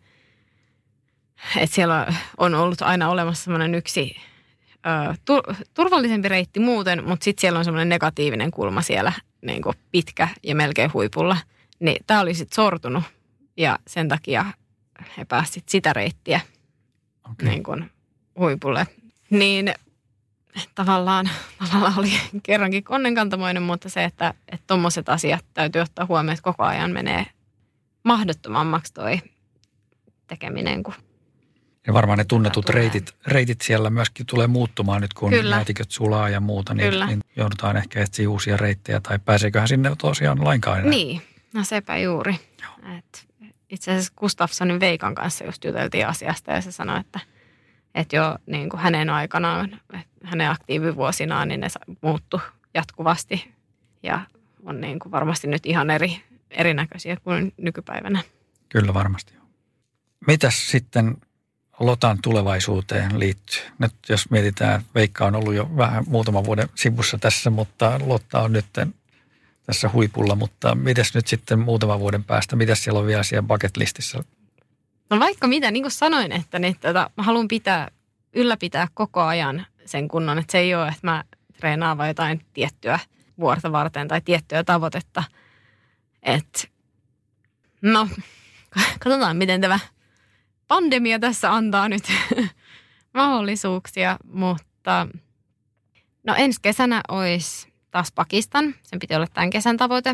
että siellä on ollut aina olemassa semmoinen yksi ö, tu, turvallisempi reitti muuten, mutta sitten siellä on semmoinen negatiivinen kulma siellä niin kuin pitkä ja melkein huipulla. Niin tämä oli sitten sortunut ja sen takia he pääsivät sitä reittiä okay. niin kuin huipulle. Niin tavallaan, tavallaan oli kerrankin onnenkantamoinen, mutta se, että tuommoiset asiat täytyy ottaa huomioon, että koko ajan menee mahdottomammaksi toi tekeminen. Kun ja varmaan ne tunnetut reitit, reitit siellä myöskin tulee muuttumaan nyt, kun jäätiköt sulaa ja muuta, niin, niin joudutaan ehkä etsiä uusia reittejä, tai pääseeköhän sinne tosiaan lainkaan enää? Niin, no sepä juuri. Et itse asiassa Gustafssonin Veikan kanssa just juteltiin asiasta, ja se sanoi, että, että jo niin kuin hänen aikanaan, hänen aktiivivuosinaan, niin ne muuttui jatkuvasti, ja on niin kuin varmasti nyt ihan eri, erinäköisiä kuin nykypäivänä. Kyllä varmasti. Mitäs sitten Lotan tulevaisuuteen liittyy? Nyt jos mietitään, Veikka on ollut jo vähän muutaman vuoden sivussa tässä, mutta Lotta on nyt tässä huipulla, mutta mitäs nyt sitten muutaman vuoden päästä, mitäs siellä on vielä siellä bucket listissä? No vaikka mitä, niin kuin sanoin, että niin, tota, mä haluan pitää, ylläpitää koko ajan sen kunnon, että se ei ole, että mä treenaan vain jotain tiettyä vuorta varten tai tiettyä tavoitetta. Että no, katsotaan miten tämä pandemia tässä antaa nyt mahdollisuuksia, mutta no ensi kesänä olisi taas Pakistan. Sen piti olla tämän kesän tavoite,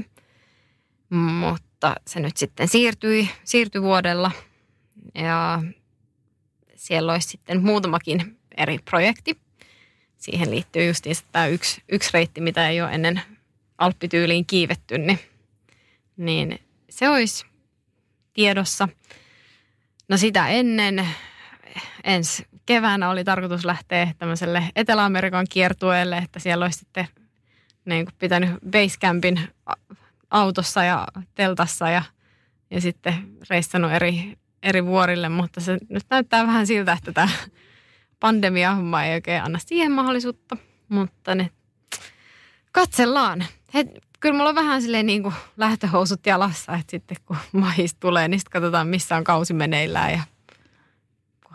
mutta se nyt sitten siirtyi, siirtyi vuodella. Ja siellä olisi sitten muutamakin eri projekti. Siihen liittyy justiinsa tämä yksi, yksi reitti, mitä ei ole ennen alppityyliin kiivetty, niin, niin se olisi tiedossa. No sitä ennen, ensi keväänä oli tarkoitus lähteä tämmöiselle Etelä-Amerikan kiertueelle, että siellä olisi sitten niin kuin pitänyt basecampin autossa ja teltassa ja, ja sitten reissannut eri, eri vuorille, mutta se nyt näyttää vähän siltä, että tämä pandemia-homma ei oikein anna siihen mahdollisuutta, mutta ne katsellaan. He, kyllä mulla on vähän silleen niin kuin lähtöhousut jalassa, että sitten kun mahis tulee, niin sitten katsotaan missä on kausi meneillään ja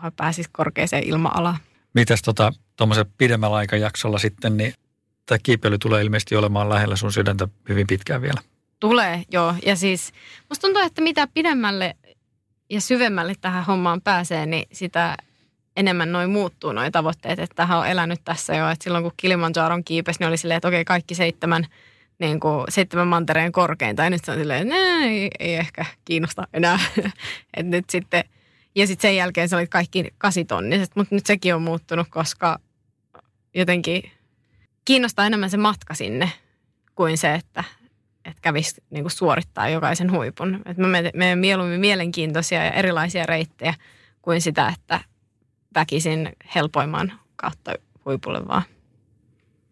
kunhan pääsisi korkeaseen ilma-alaan. Mitäs tota, tuommoisella pidemmällä aikajaksolla sitten, niin tämä kiipeily tulee ilmeisesti olemaan lähellä sun sydäntä hyvin pitkään vielä. Tulee, joo. Ja siis musta tuntuu, että mitä pidemmälle ja syvemmälle tähän hommaan pääsee, niin sitä enemmän noin muuttuu noi tavoitteet. Että tähän on elänyt tässä jo, että silloin kun Kilimanjaron kiipesi, niin oli silleen, että okei, kaikki seitsemän, niin kuin seitsemän mantereen korkeinta. Ja nyt se on silleen, että ei, ei ehkä kiinnosta enää. Et nyt sitten, ja sitten sen jälkeen se oli kaikki kasitonniset, mutta nyt sekin on muuttunut, koska jotenkin kiinnostaa enemmän se matka sinne kuin se, että että kävisi niin kuin suorittaa jokaisen huipun. Että me menen mieluummin mielenkiintoisia ja erilaisia reittejä kuin sitä, että väkisin helpoimman kautta huipulle vaan.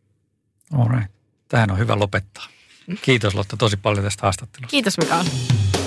All right. Tähän on hyvä lopettaa. Kiitos Lotta tosi paljon tästä haastattelusta. Kiitos Mikael.